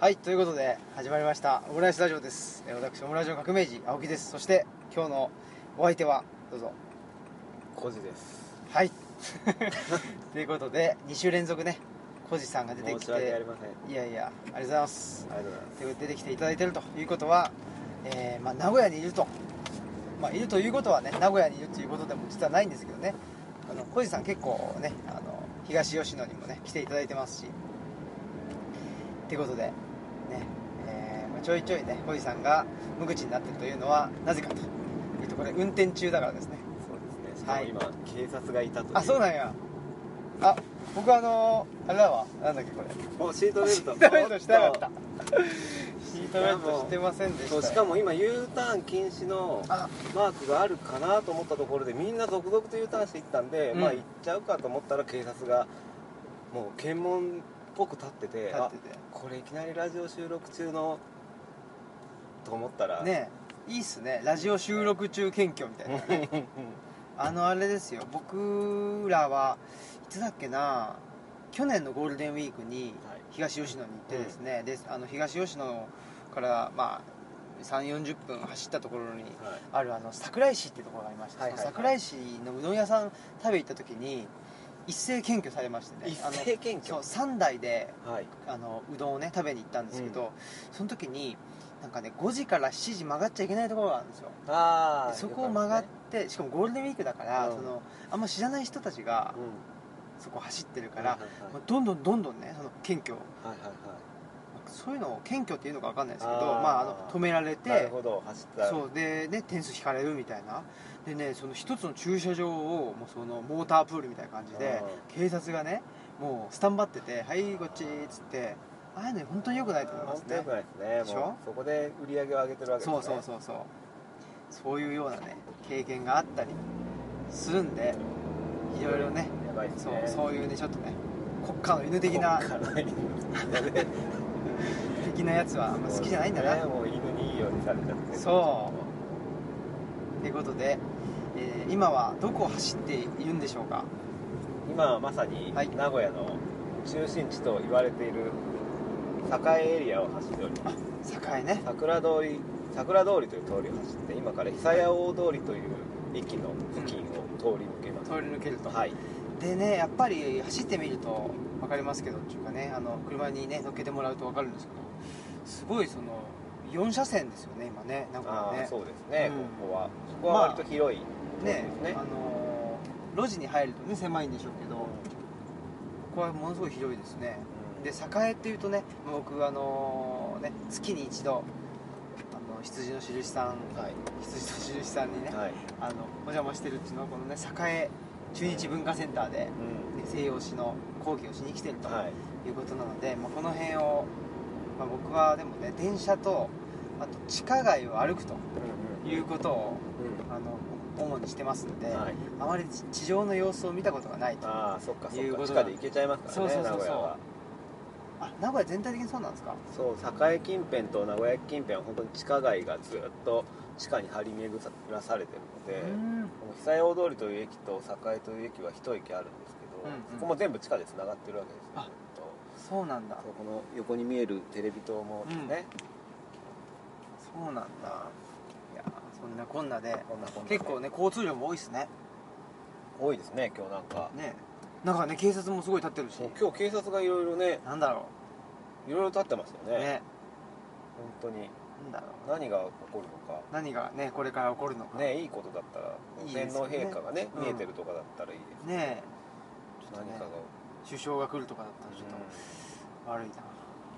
はい、ということで始まりましたオムライスラジオです。私オムラジオ革命児青木です。そして今日のお相手はどうぞ。 コジです。 はいということで2週連続ねコジさんが出てきて、 申し訳ありません。 いやいやありがとうございます。 ありがとうございます。 ということで出てきていただいているということは、名古屋にいると、いるということはね、名古屋にいるということでも実はないんですけどね、コジさん結構ね東吉野にもね来ていただいてますし、ということでね、ちょいちょいねコジさんが無口になっているというのはなぜかというと、これ運転中だからですね。 そうですね。しかも今、警察がいたという。 あ、そうなんや。あ、僕あれだわ、なんだっけこれ、 お、シートベルト。 シートベルトしてなかった。シートベルトしてませんでしたよ。 しかも今 U ターン禁止のマークがあるかなと思ったところで、みんな続々と U ターンしていったんで、行っちゃうかと思ったら警察がもう検問っぽく立ってて、あ、これいきなりラジオ収録中のと思ったらねえ、いいっすね、ラジオ収録中検挙みたいなねあれですよ、僕らはいつだっけな、去年のゴールデンウィークに東吉野に行ってですね、で東吉野から3、40分走ったところにある桜井市っていうところがありまして、桜井市のうどん屋さん食べ行った時に一斉検挙されましてね、 一斉検挙、 そう3台で、うどんをね食べに行ったんですけど、その時になんかね5時から7時曲がっちゃいけないところがあるんですよ。でそこを曲がって、しかもゴールデンウィークだから、あんま知らない人たちがそこ走ってるから、どんどんねその検挙、そういうのを検挙っていうのか分かんないですけど、止められて、 なるほど、走ったそうでね、点数引かれるみたいな。でね、その一つの駐車場をもうそのモータープールみたいな感じで警察がねもうスタンバってて、はいこっちっつって、ああいうの本当に良くないと思いますね。 本当良くないですね。もうそこで売り上げを上げてるわけですね。 そういうようなね経験があったりするんで、いろいろね、 やばいですね。 そういうねちょっとね国家の犬的な的なやつはあんま好きじゃないんだな。 もう犬にいいようにされちゃって。 そうということで、今はどこを走っているんでしょうか。 今はまさに名古屋の中心地と言われている栄エリアを走っております。 栄ね、 桜通りという通りを走って、今から久屋大通りという駅の付近を通り抜けます。 通り抜けると、 はい。 でね、やっぱり走ってみると分かりますけど、っていうかね、車にね乗っけてもらうと分かるんですけど、すごいその4車線ですよね今ね、なんかね。 そうですね、ここは割と広いね、路地に入るとね狭いんでしょうけど、ここはものすごい広いですね。で栄っていうとね、僕月に一度羊の印さんにね、お邪魔してるっていうのはこのね栄中日文化センターで、西洋史の講義をしに来てるということなので、この辺を、僕はでもね電車とあと地下街を歩くということを、主にしてますので、あまり地上の様子を見たことがないということ。 地下で行けちゃいますからね。名古屋は。 名古屋全体的にそうなんですか。 そう、栄近辺と名古屋近辺は本当に地下街がずっと地下に張り巡らされてるので、この久屋大通りという駅と栄という駅は一駅あるんですけど、そこも全部地下でつながってるわけですよ。 そうなんだ。 この横に見えるテレビ塔もね、 そうなんだ。いや、そんなこんなで結構ね交通量も多いですね。 多いですね今日なんかね警察もすごい立ってるし、 今日警察がいろいろね、 なんだろう、いろいろ立ってますよね。本当になんだろう、 何が起こるのか、 何がねこれから起こるのかね、いいことだったら天皇陛下がね見えてるとかだったらいいですね。 何かが首相が来るとかだったらちょっと悪いな。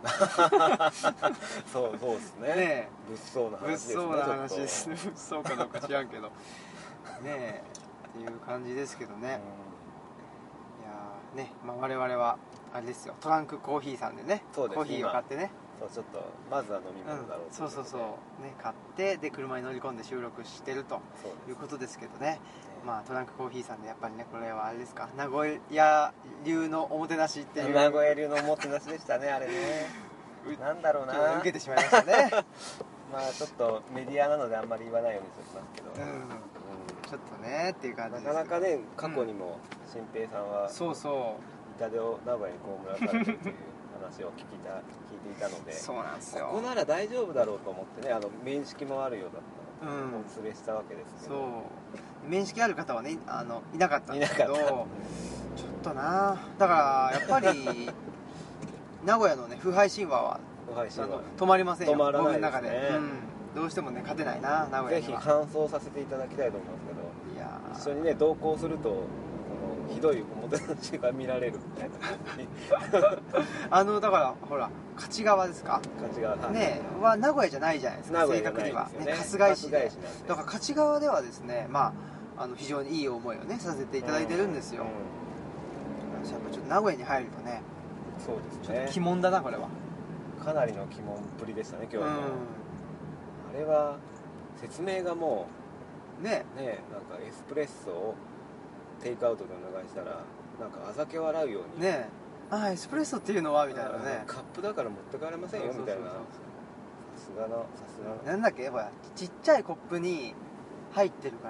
そうですね。物騒な話ですね。 物騒かどうか知らんけどねっていう感じですけどね。いやね、我々はあれですよ、トランクコーヒーさんでね、コーヒーを買ってね、 ちょっとまずは飲み物だろうと、 ね、買ってで車に乗り込んで収録してるということですけどね。トランクコーヒーさんでやっぱりね、これはあれですか、名古屋流のおもてなしっていう。 名古屋流のおもてなしでしたねあれね。なんだろうな、 受けてしまいましたねちょっとメディアなのであんまり言わないようにしておきますけど、 ちょっとねっていう感じです。 なかなかね、過去にも新平さんは痛手を名古屋に被らされるという話話を聞いていたので、 そうなんですよ。 ここなら大丈夫だろうと思ってね、面識もあるようだったので、お連れしたわけですけど、 そう面識ある方はねいなかったんですけど、ちょっとな、だからやっぱり名古屋のね腐敗神話は止まりませんよ、 止まらないですね、 僕の中で、どうしてもね勝てないな、名古屋には。 ぜひ完走させていただきたいと思いますけど、 いや一緒にね同行するとひどいおもてなしが見られるみたいなだからほら勝川ですか、 勝川、はい、 ねは名古屋じゃないじゃないですか、正確には、ね、春日井市で、だから勝川ではですね、非常にいい思いをねさせていただいてるんですよ、やっぱちょっと名古屋に入るとね、 そうですね、 ちょっと鬼門だな、これはかなりの鬼門っぷりでしたね今日の、あれは説明がもうねなんかエスプレッソをテイクアウトでお願いしたらなんかあざけ笑うようにねエスプレッソっていうのはみたいなね、 カップだから持ってかれませんよみたいな、さすがのなんだっけ、ほらちっちゃいコップに入ってるから、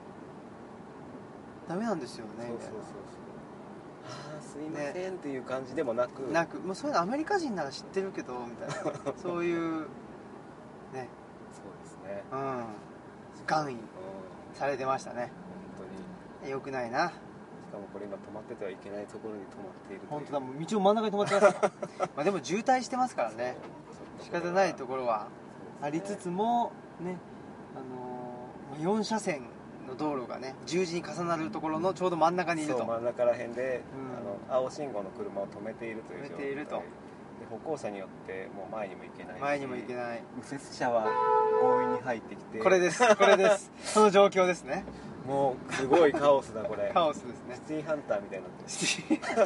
ダメなんですよね、 すいませんっていう感じでもなく、 もうそういうのアメリカ人なら知ってるけどみたいなそういうね、 そうですね、 願意されてましたね、 本当によくないな。 しかもこれ今止まっててはいけないところに止まっている。 本当だ、もう道の真ん中に止まってますでも渋滞してますからね、仕方ないところはありつつもね、4車線の道路がね十字に重なるところのちょうど真ん中にいると、 そう真ん中ら辺で、青信号の車を止めているという状態で、歩行者によってもう前にも行けないし、右折車は強引に入ってきて、 これですその状況ですね。 もうすごいカオスだこれカオスですね、 シティーハンターみたいになってる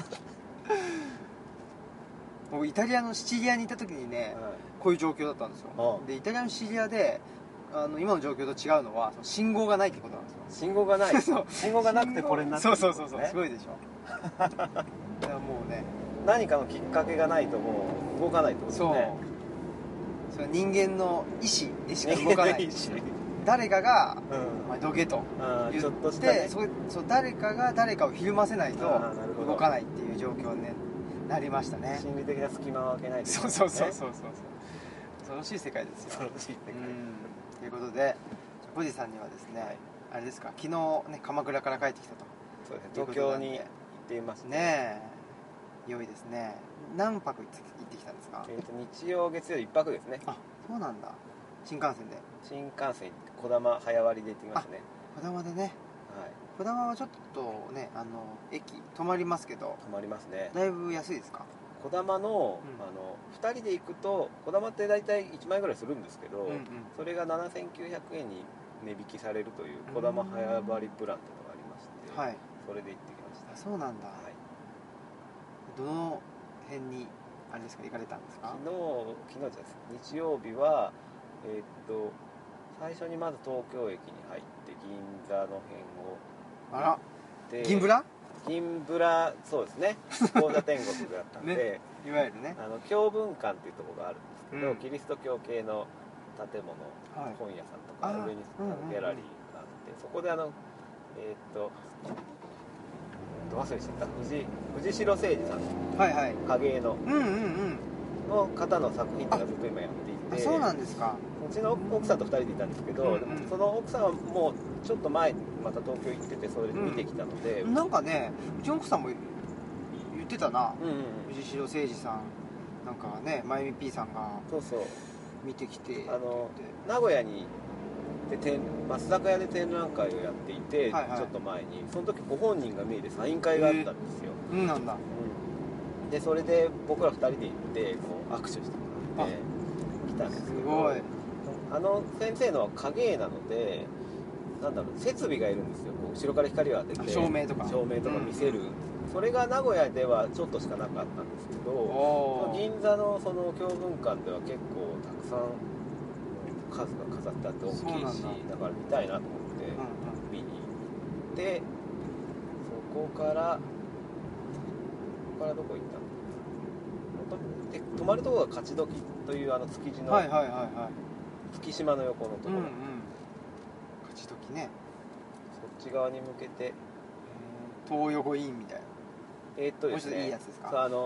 僕イタリアのシチリアにいた時にね、こういう状況だったんですよ。でイタリアのシチリアで今の状況と違うのは信号がないってことなんですよ。 信号がない信号がなくてこれになってる、 そうすごいでしょいやもうね、 何かのきっかけがないともう動かないってことですね。 それは人間の意志でしか動かない誰かがどけと言って誰かが誰かをひるませないと動かないっていう状況になりましたね。 心理的な隙間は開けないと、 そう恐ろしい世界ですよ。 恐ろしい世界ということで小路さんにはですね、あれですか、昨日ね鎌倉から帰ってきたと。 そうですね、東京に行っていますね。良いですね。何泊行ってきたんですか？ 日曜月曜1泊ですね。 あ、そうなんだ。新幹線で。 新幹線こだま早割りで行ってきましたね。 こだまでね。こだまはちょっとね駅止まりますけど。 止まりますね。 だいぶ安いですか？ こだまの2人で行くとこだまって大体1万円ぐらいするんですけど、それが7900円に値引きされるというこだま早割りプランというのがありまして、それで行ってきました。 そうなんだ。どの辺にあれですか行かれたんですか？ 昨日です。日曜日は最初にまず東京駅に入って銀座の辺をで銀ブラそうですね、高座天国だったんでいわゆるね教文館っていうところがあるんですけど、キリスト教系の建物、本屋さんとか上にギャラリーがあって、そこで忘れちゃった藤代誠二さん、影絵の方の作品とかずっと今やっていて、 そうなんですか。 うちの奥さんと2人でいたんですけど、その奥さんはもうちょっと前にまた東京行ってて、それで見てきたので、 なんかねうちの奥さんも言ってたな、藤代誠二さんなんかね、まゆみ P さんが見てきて名古屋に松坂屋で展覧会をやっていて、ちょっと前にその時ご本人が見えてサイン会があったんですよ。 なんだ。 でそれで僕ら2人で行ってこう握手してもらって来たんですけど、 すごい。 先生のは影絵なので、設備がいるんですよ。こう後ろから光を当てて照明とか見せる、それが名古屋ではちょっとしかなかったんですけど、銀座のその教文館では結構たくさん数が飾ってあって大きいし、だから見たいなと思って見に行って、そこからどこ行ったの？で泊まるところが勝どきという築地の、月島の横のところ、 勝どきね。 そっち側に向けて東横インみたいな。 ですね、 いいやつですか？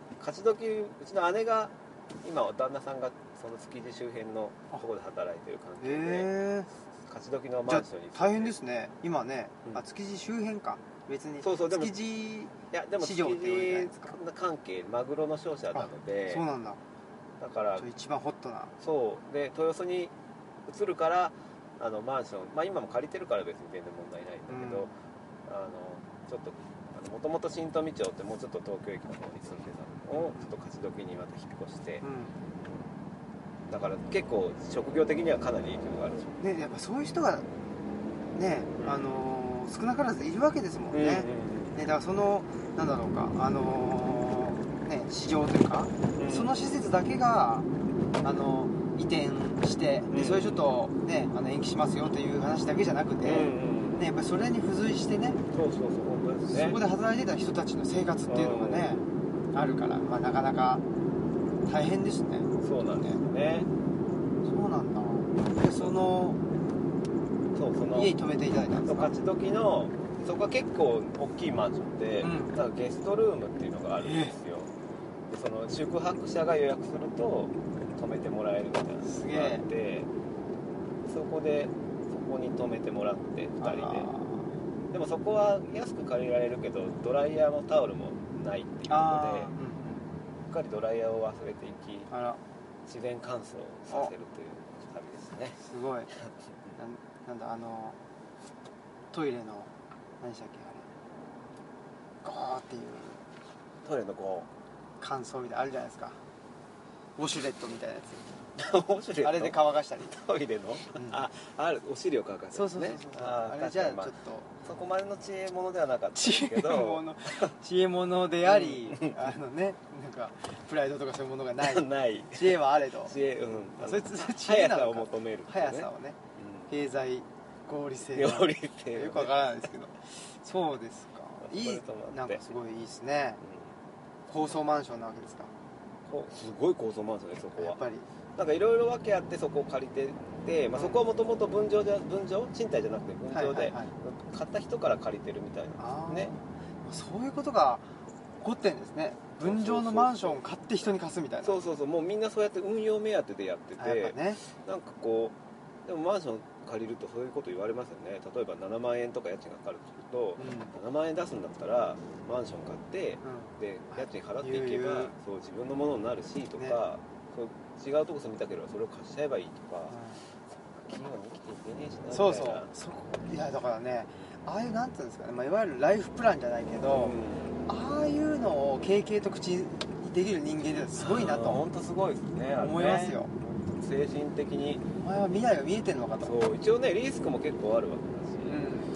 勝どき、うちの姉が今旦那さんがその築地周辺のところで働いてる関係で勝どきのマンションに大変ですね今ね、 うん、 築地周辺か別にそうそうでも築地いやでも市場って言われてないですか関係マグロの商社なのでそうなんだだから一番ホットなそうで豊洲に移るからマンション、まあ、今も借りてるから別に全然問題ないんだけど、 うん、 ちょっともともと新富町ってもうちょっと東京駅の方に住んでたのをちょっと勝どきにまた引っ越して、うん、だから結構職業的にはかなり影響があるでしょねやっぱそういう人がね、うん、少なからずいるわけですもんね、うんうんうん、ねだからそのなんだろうかね市場というか、うん、その施設だけが移転して、でそれちょっとね延期しますよという話だけじゃなくて、うんうんね、やっぱりそれに付随してね、 そう本当ですね、 そこで働いてた人たちの生活っていうのがね、あるから、まあ、なかなか大変ですね。 そうなんですよね。 そうなんだ。でその家に泊めていただいたんですか。 勝どきのそこは結構大きいマンションで、うん、なんかゲストルームっていうのがあるんですよ、でその宿泊者が予約すると泊めてもらえるみたいなのがあって、そこに泊めてもらって2人で、でもそこは安く借りられるけどドライヤーもタオルもないっていうことで、うっかりドライヤーを忘れていき自然乾燥させるという旅ですね。 すごいなんだトイレの何でしたっけあれゴーっていうトイレのゴー乾燥みたいなあるじゃないですか、ウォシュレットみたいなやつあれで乾かしたりトイレの、うん、あるお尻を乾かす、ね、 そうあれじゃあちょっと、 そこまでの知恵物ではなかったですけど知恵物であり、ねなんかプライドとかそういうものがない知恵はあれど知恵、 そいつ知恵なのか速さを求める、ね、 速さをね、経済合理性よくわからないですけどそうですか、なんかすごいいいですね、高層マンションなわけですか。 すごい高層マンションですそこは。 やっぱりなんかいろいろ訳あってそこを借りてて、まあ、そこはもともと分譲賃貸じゃなくて分譲で、買った人から借りてるみたいなんですね。 そういうことが起こってるんですね。分譲のマンションを買って人に貸すみたいな。 そうもうみんなそうやって運用目当てでやってて、 ね、 なんかこうでもマンション借りるとそういうこと言われますよね。例えば7万円とか家賃がかかるとすると、7万円出すんだったらマンション買って、で家賃払っていけばそう自分のものになるしとか、そう違うとこ住みたければそれを貸しちゃえばいいとか、企業に生きていけねえしなみたいな。 そういやだからね、ああいうなんていうんですかね、まあ、いわゆるライフプランじゃないけど、ああいうのを経験と口にできる人間ってすごいなと本当すごいですね、 思いますよ。 精神的にお前は未来が見えてるのかと。 そう一応ねリスクも結構あるわけだし、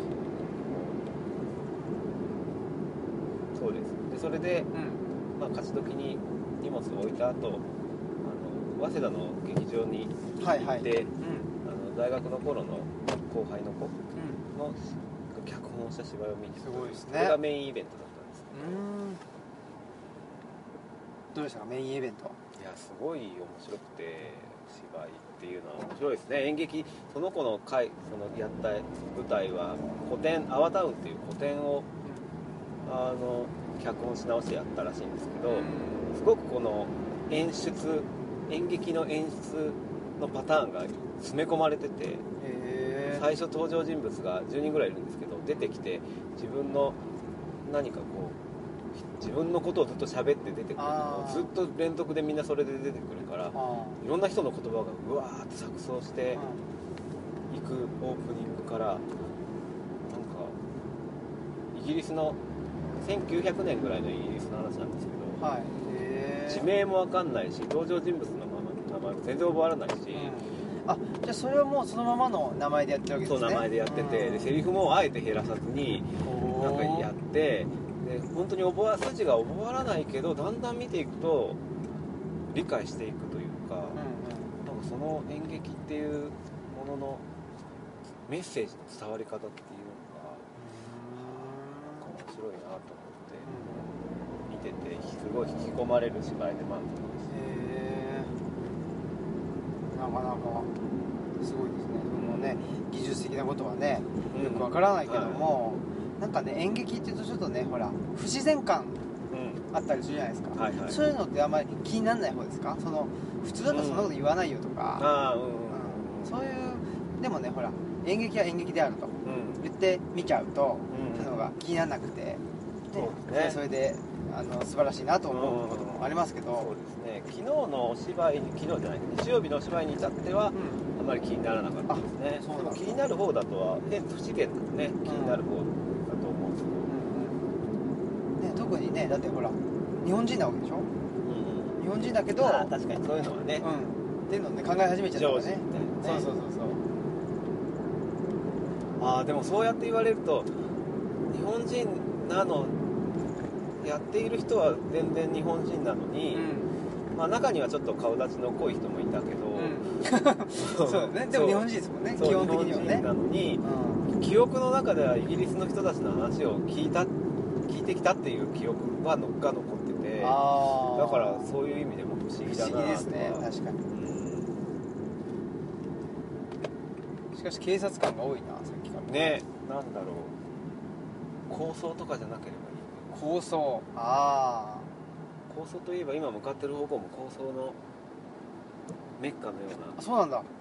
そうです。でそれで、まあ、勝どきに荷物を置いた後早稲田の劇場に行って、大学の頃の後輩の子の脚本をした芝居を見に行った。 すごいですね。 それがメインイベントだったんですけど、 どうでしたかメインイベント。 いやすごい面白くて、芝居っていうのは面白いですね。演劇、その子のそのやった舞台は古典アワタウンっていう古典を脚本し直してやったらしいんですけど、すごくこの演劇の演出のパターンが詰め込まれてて、最初登場人物が10人ぐらいいるんですけど、出てきて自分の何かこう自分のことをずっと喋って出てくるのをずっと連続でみんなそれで出てくるから、いろんな人の言葉がうわーって錯綜していくオープニングから、なんかイギリスの1900年ぐらいのイギリスの話なんですけど、地名も分かんないし登場人物の名前も全然覚えらないし、 じゃあそれはもうそのままの名前でやってるわけですね。 そう名前でやってて、でセリフもあえて減らさずになんかやって、で本当に筋が覚わらないけどだんだん見ていくと理解していくというか、なんかその演劇っていうもののメッセージの伝わり方っていうのが面白いなと思って見てて、すごい引き込まれる芝居で満足です。 なかなかすごいですね。そのね技術的なことはねよくわからないけども、なんかね演劇っていうとちょっとねほら不自然感あったりするじゃないですか、 はいはい、 そういうのってあんまり気にならない方ですか？その普通だとそんなこと言わないよとか、そういうでもねほら演劇は演劇であると言って見ちゃうと、そういうのが気にならなくて、 そうですね、 それで素晴らしいなと思うこともありますけど、 そうですね、昨日のお芝居昨日じゃない日曜日のお芝居に至っては、あまり気にならなかったですね。でも気になる方だとは不自然なね気になる方だと思うんですけど、 ね、特にねだってほら日本人なわけでしょ、日本人だけど確かにそういうのはね、 っていうのをね考え始めちゃったからね。そうそうでもそうやって言われると日本人なのやっている人は全然日本人なのに、中にはちょっと顔立ちの濃い人もいたけど、 そうだね、でも日本人ですもんね、基本的にはね。 日本人なのに、記憶の中ではイギリスの人たちの話を聞いてきたっていう記憶が残ってて、だからそういう意味でも不思議だなと。 不思議ですね、確かに。しかし警察官が多いな、さっきからね。なんだろう、高層とかじゃなければいい。 高層、 高層といえば今向かってる方向も高層のメッカのような。 そうなんだ。へ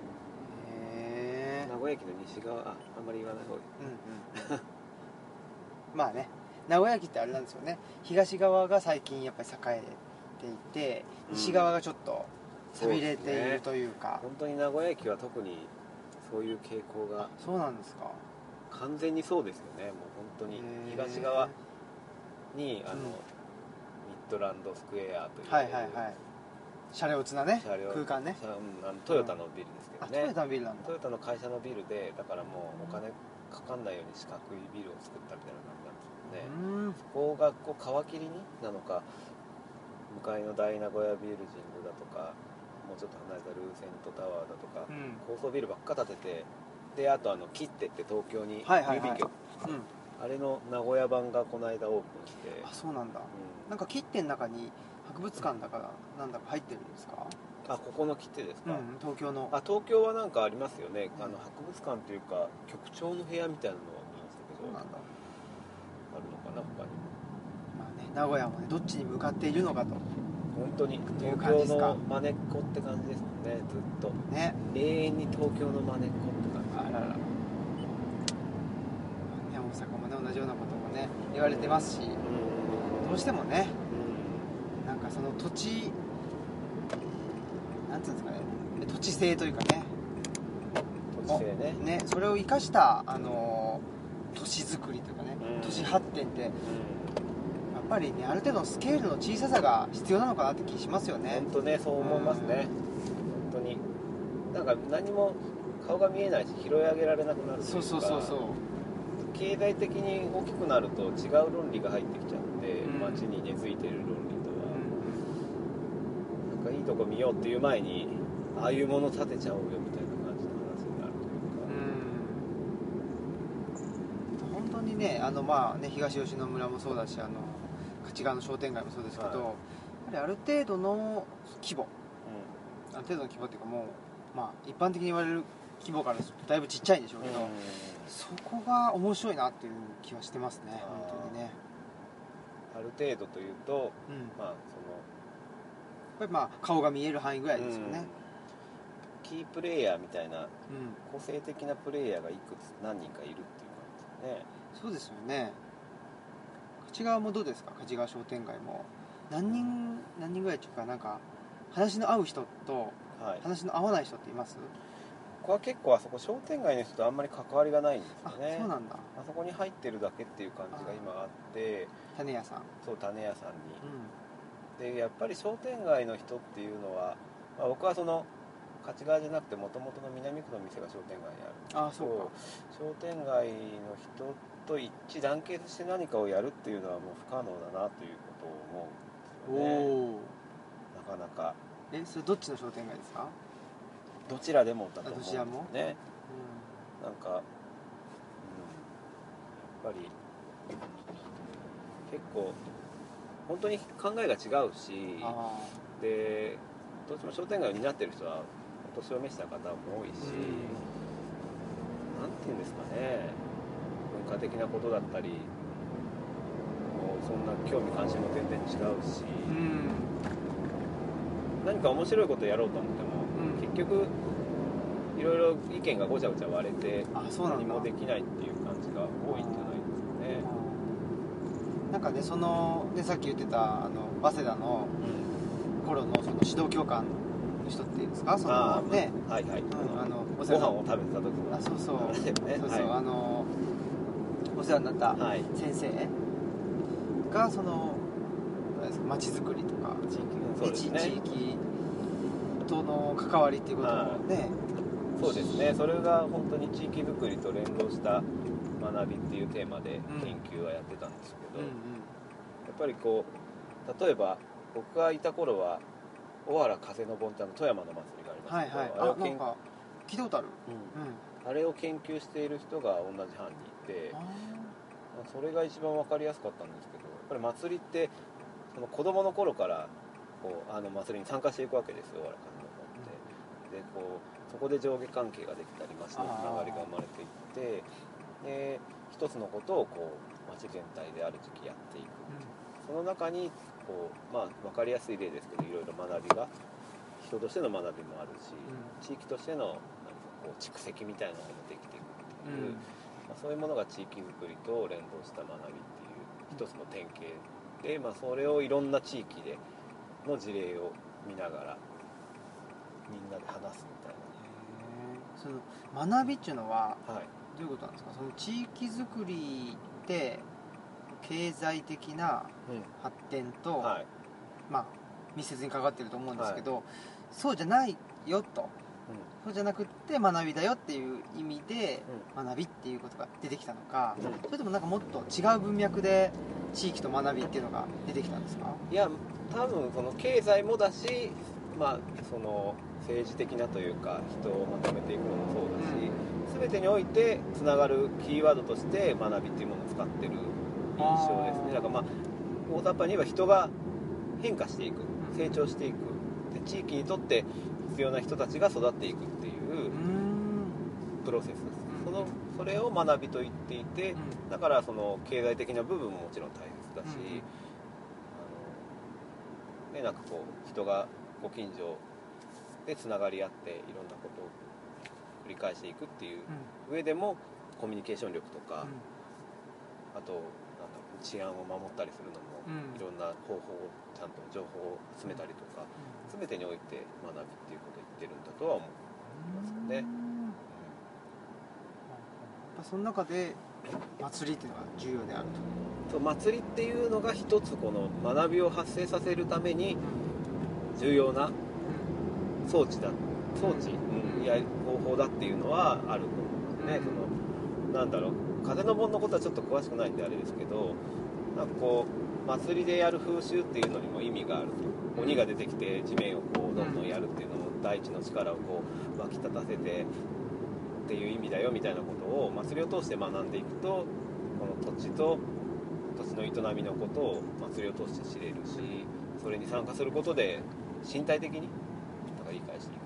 え。名古屋駅の西側、あんまり言わない方がいい。 まあね、名古屋駅ってあれなんですよね、東側が最近やっぱり栄えていて、西側がちょっと寂れているというか、 本当に名古屋駅は特にそういう傾向が。 そうなんですか。 完全にそうですよね。もう本当に東側にミッドランドスクエアという、 シャレオツなね空間ね、 トヨタのビルですけどね。 トヨタのビルなんだ。 トヨタの会社のビルで、だからもうお金かかんないように四角いビルを作ったみたいな感じなんですよね。そこが皮切りになのか、向かいの大名古屋ビルジングだとか、もうちょっと離れたルーセントタワーだとか、高層ビルばっか建てて、であとキッテって東京に郵便局、あれの名古屋版がこの間オープンして。 そうなんだ。なんかキッテの中に博物館だからなんだか入ってるんですか？ ここの切手ですか？ 東京の。 東京はなんかありますよね。博物館というか局長の部屋みたいなのは見ましたけど。 そうなんだ。 あるのかな他にも。 まあね、名古屋もねどっちに向かっているのかと。 本当に東京のまねっこって感じですもんね、ずっと。ね。永遠に東京のまねっこって感じ。 大阪もね同じようなこともね言われてますし、どうしてもね、なんかその土地なんていうんですかね、土地性というかね、 土地性ね、 それを生かした都市づくりというかね、都市発展ってやっぱりねある程度のスケールの小ささが必要なのかなって気しますよね。 本当ね、そう思いますね。本当になんか何も顔が見えないし拾い上げられなくなるというか。そう経済的に大きくなると違う論理が入ってきちゃって、街に根付いている論理とは、なんかいいとこ見ようっていう前にああいうもの建てちゃおうよみたいな感じの話になるというか。 本当にね東吉野村もそうだし勝川の商店街もそうですけど、やはりある程度の規模、ある程度の規模っていうかもう一般的に言われる規模からするとだいぶちっちゃいんでしょうけど、そこが面白いなっていう気はしてますね。本当にね。 ある程度というと、 やっぱり顔が見える範囲ぐらいですよね。 キープレイヤーみたいな、個性的なプレイヤーが何人かいるっていう感じですね。 そうですよね。勝川もどうですか？勝川商店街も何人ぐらいっていうか、なんか話の合う人と話の合わない人っています？ ここは結構あそこ商店街の人とあんまり関わりがないんですよね。 そうなんだ。 あそこに入ってるだけっていう感じが今あって、 種屋さん。 そう種屋さんに、でやっぱり商店街の人っていうのは、僕はその勝川じゃなくて元々の南区の店が商店街にあるんですけど、商店街の人と一致団結して何かをやるっていうのはもう不可能だなということを思うんですよね。なかなか。 それどっちの商店街ですか？ どちらでもだと思うんですよね。なんか、やっぱり結構本当に考えが違うし、でどうしても商店街を担ってる人はお年を召した方も多いし、なんていうんですかね、文化的なことだったりもうそんな興味関心も全然違うし、 うん、 何か面白いことやろうと思っても、 うん、 結局いろいろ意見がごちゃごちゃ割れて何もできないっていう感じが多いんじゃないですかね。 なんかね、そのでさっき言ってた早稲田の頃のその指導教官の人っていうんですか、そのね、 はいはい、 ご飯を食べてた時のそうそう話だよね。 そうそう、 はい、 お世話になった先生がその街づくりとか地域との関わりっていうことをね、 そうですね、それが本当に地域づくりと連動した学びっていうテーマで研究はやってたんですけど、やっぱりこう例えば僕がいた頃は小原風の盆って富山の祭りがありますけど、 はいはい、なんか聞いたことある、 あれを研究している人が同じ班にいて、それが一番分かりやすかったんですけど、やっぱり祭りってその子供の頃からこう祭りに参加していくわけですよ、小原風の盆って。でこうそこで上下関係ができたり町のつながりが生まれていって、で一つのことをこう町全体である時期やっていく、その中にこう、分かりやすい例ですけど、いろいろ学びが人としての学びもあるし、地域としてのこう蓄積みたいなものもできていくっていう、そういうものが地域づくりと連動した学びっていう一つの典型で、それをいろんな地域での事例を見ながらみんなで話すみたいな。 その学びっていうのはどういうことなんですか？その地域づくりって経済的な発展と、密接に関わってると思うんですけど、そうじゃないよと、そうじゃなくって学びだよっていう意味で学びっていうことが出てきたのか、それともなんかもっと違う文脈で地域と学びっていうのが出てきたんですか？ いや、多分その経済もだし、その政治的なというか人をまとめていくのもそうだし、全てにおいてつながるキーワードとして学びっていうものを使ってる印象ですね。だから大雑把に言えば人が変化していく、成長していく、で地域にとって必要な人たちが育っていくっていうプロセスです。それを学びと言っていて、だからその経済的な部分ももちろん大切だし、なんかこう人がご近所でつながり合っていろんなことを繰り返していくっていう上でもコミュニケーション力とか、あと治安を守ったりするのも、いろんな方法をちゃんと情報を集めたりとか、全てにおいて学びっていうことを言ってるんだとは思いますよね。 その中で祭りっていうのが重要であると。そう、祭りっていうのが一つこの学びを発生させるために重要な装置、や方法だっていうのはあると思うんですね。風の盆のことはちょっと詳しくないんであれですけど、なんかこう祭りでやる風習っていうのにも意味があると。鬼が出てきて地面をこうどんどんやるっていうのも大地の力をこう湧き立たせてっていう意味だよみたいなことを祭りを通して学んでいくと、この土地の営みのことを祭りを通して知れるし、それに参加することで身体的に理解していくとか。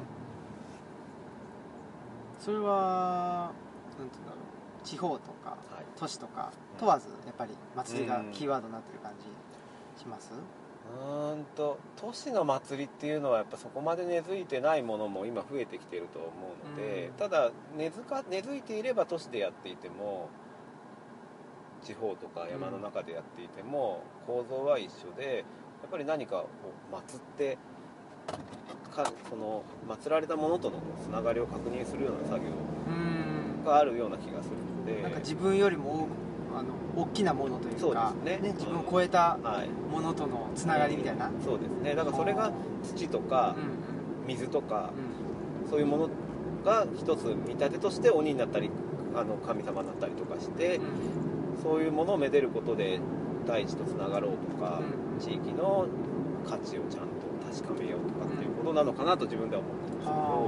それはなんていうんだろう、地方とか都市とか問わずやっぱり祭りがキーワードになってる感じします？ 都市の祭りっていうのはやっぱそこまで根付いてないものも今増えてきていると思うので、ただ根付いていれば都市でやっていても地方とか山の中でやっていても構造は一緒で、やっぱり何かを祀ってその祀られたものとのつながりを確認するような作業があるような気がするので、 なんか自分よりも大きなものというか、自分を超えたものとのつながりみたいな、 そうですね。だからそれが土とか水とか、そういうものが一つ見立てとして鬼になったり神様になったりとかして、そういうものをめでることで大地とつながろうとか、地域の価値をちゃんと確かめようとかっていうことなのかなと自分では思って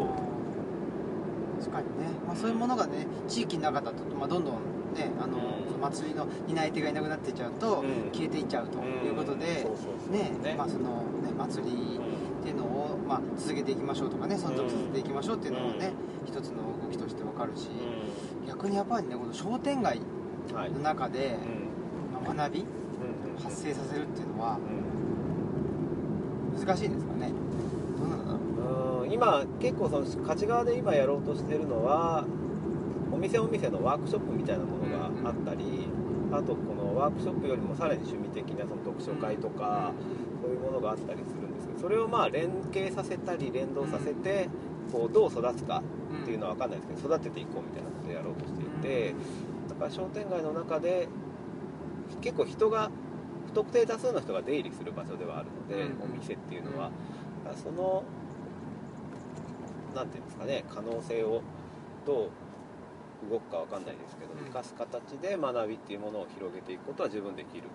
ますけど、 確かにね、そういうものがね地域の中だと、どんどんね祭りの担い手がいなくなっていっちゃうと、消えていっちゃうということで、その祭りっていうのを続けていきましょうとかね、存続させていきましょうっていうのをね、一つの動きとして分かるし、逆にやっぱりねこの商店街の中で学び発生させるっていうのは難しいですかね。どうなんだろう。 今結構その勝ち側で今やろうとしてるのはお店のワークショップみたいなものがあったり、あとこのワークショップよりもさらに趣味的なその読書会とか、そういうものがあったりするんですけど、それをまあ連携させたり連動させてこうどう育つかっていうのは分かんないですけど、育てていこうみたいなことをやろうとしていて、だから商店街の中で結構人が不特定多数の人が出入りする場所ではあるので、お店っていうのはだからそのなんていうんですかね、可能性をどう動くか分かんないですけど、生かす形で学びっていうものを広げていくことは十分できると、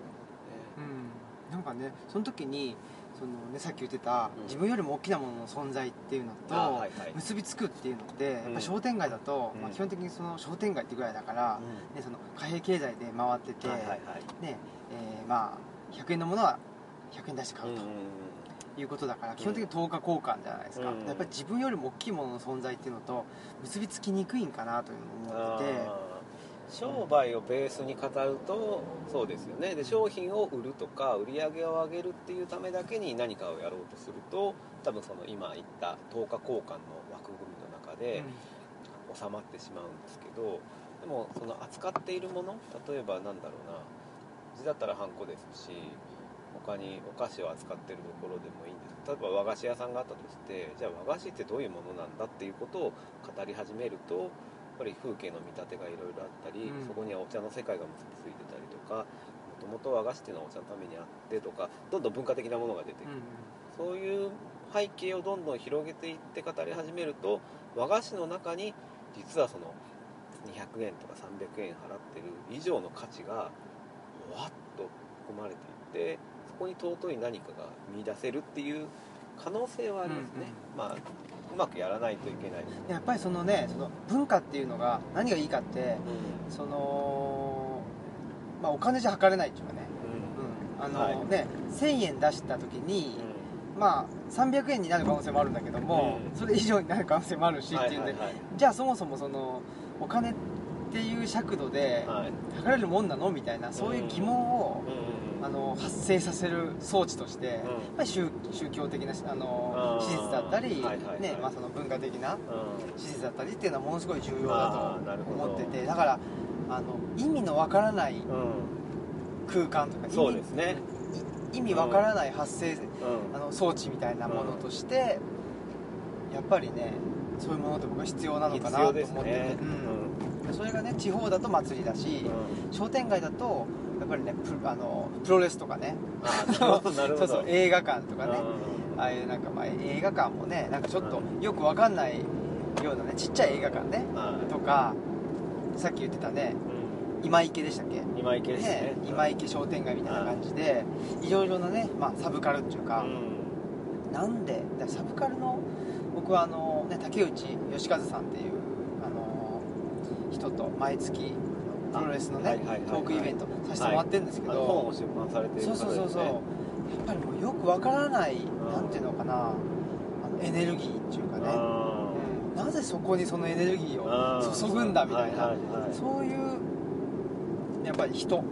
なんかね、その時にその、ね、さっき言ってた、自分よりも大きなものの存在っていうのと結びつくっていうので、やっぱ商店街だと、まあ、基本的にその商店街ってぐらいだから、ね、その貨幣経済で回ってて、ねまあ、100円のものは100円出して買うと。いうことだから基本的に等価交換じゃないですか、やっぱり自分よりも大きいものの存在っていうのと結びつきにくいんかなというのを思ってて、 商売をベースに語るとそうですよね。で商品を売るとか売り上げを上げるっていうためだけに何かをやろうとすると、多分その今言った等価交換の枠組みの中で収まってしまうんですけど、でもその扱っているもの、例えばなんだろうな、うちだったらハンコですし、他にお菓子を扱ってるところでもいいんですけど、例えば和菓子屋さんがあったとして、じゃあ和菓子ってどういうものなんだっていうことを語り始めると、やっぱり風景の見立てがいろいろあったり、そこにはお茶の世界が結びついてたりとか、もともと和菓子っていうのはお茶のためにあってとか、どんどん文化的なものが出てくる、そういう背景をどんどん広げていって語り始めると、和菓子の中に実はその200円とか300円払ってる以上の価値がわっと含まれていって、そこに尊い何かが見出せるっていう可能性はありますね。まあうまくやらないといけないですね。 やっぱりそのね、その文化っていうのが何がいいかって、そのまあお金じゃ測れないっていうかね、ね、1000円出した時に、まあ300円になる可能性もあるんだけども、それ以上になる可能性もあるしっていうんで、じゃあそもそもそのお金っていう尺度で測れるもんなのみたいな、そういう疑問を発生させる装置として、まあ、宗教的な史実だったり、ね、まあ、その文化的な史実だったりっていうのはものすごい重要だと思ってて、だから意味のわからない空間とか、 そうですね、 意味わからない発生、装置みたいなものとして、やっぱりね、そういうものって僕は必要なのかなと思ってて、それがね、地方だと祭りだし、商店街だとやっぱりね、プロレスとかね、そうそう、映画館とかね、ああいうなんか、まあ、映画館もね、なんかちょっとよくわかんないようなね、ちっちゃい映画館ね、とか、さっき言ってたね、今池でしたっけ、 今池ですね、 今池商店街みたいな感じで、いろいろなね、まあ、サブカルっていうか、なんでサブカルの、僕はね、竹内義和さんっていう人と毎月プロレスのね、トークイベントさせてもらってるんですけど、 本を出版されてる方ですね。 そう、やっぱりもうよくわからない、なんていうのかな、エネルギーっていうかね、なぜそこにそのエネルギーを注ぐんだみたいな、そういうやっぱり人の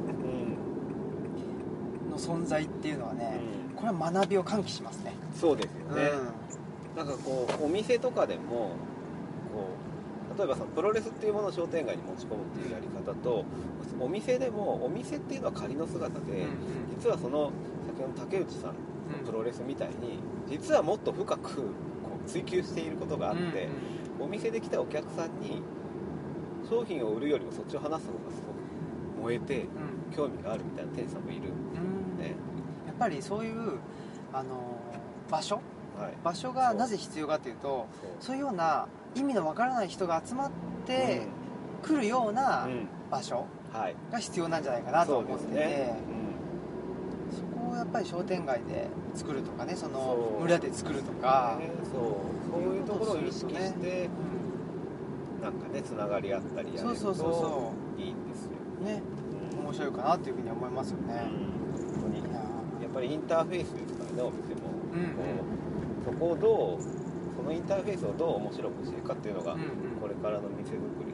存在っていうのはね、これは学びを喚起しますね。 そうですよね、なんかこうお店とかでもこう例えばそのプロレスっていうものを商店街に持ち込むっていうやり方と、お店でもお店っていうのは仮の姿で、実はその先ほどの竹内さんのプロレスみたいに、実はもっと深くこう追求していることがあって、お店で来たお客さんに商品を売るよりもそっちを話す方がすごく燃えて興味があるみたいな店主さんもいる、 やっぱりそういう場所がなぜ必要かというと、そういうような意味のわからない人が集まってくるような場所が必要なんじゃないかなと思ってて、そこをやっぱり商店街で作るとかね、その村で作るとか、 そういうところを意識して、なんかね、つながり合ったりやるといいんですよね。面白いかなっていうふうに思いますよね。 本当にやっぱりインターフェースですからね、お店も、そこをそのインターフェースをどう面白くしていくかっていうのが、これからの店作りで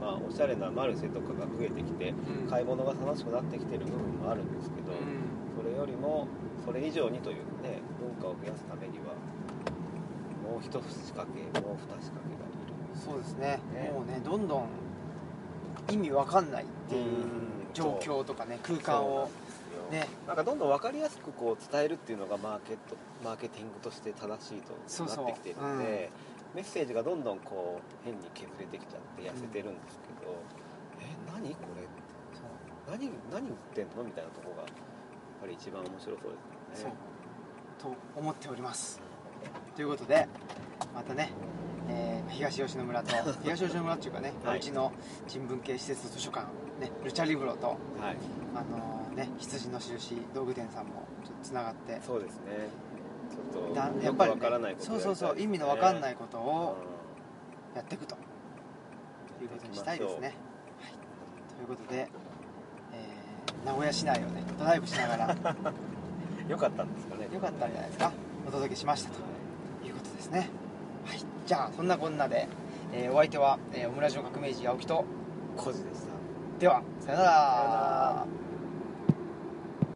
おしゃれなマルシェとかが増えてきて、買い物が楽しくなってきてる部分もあるんですけど、それよりもそれ以上にというね、文化を増やすためにはもう一仕掛けもう二仕掛けがいる。 そうですね。もうね、どんどん意味わかんないっていう状況とかね、空間をね、 なんかどんどん分かりやすくこう伝えるっていうのがマーケティングとして正しいとなってきているので、メッセージがどんどんこう変に削れてきちゃって痩せてるんですけど、何これ何売ってんのみたいなところがやっぱり一番面白そうですよね。 そうと思っております。ということでまたね、東吉野村と東吉野村っていうかね、うちの人文系施設図書館、ね、ルチャリブロと、羊の印道具店さんもちょっとつながって、 そうですね、ちょっとやっぱり、 よくわからないことをやりたいですね。 そう意味のわかんないことをやっていくということにしたいですね。はい、ということで、名古屋市内をねドライブしながらよかったんですかね。 よかったんじゃないですか。お届けしましたということですね。はい、じゃあそんなこんなで、お相手は、オムラジの革命児青木とコジでした。 ではさよなら。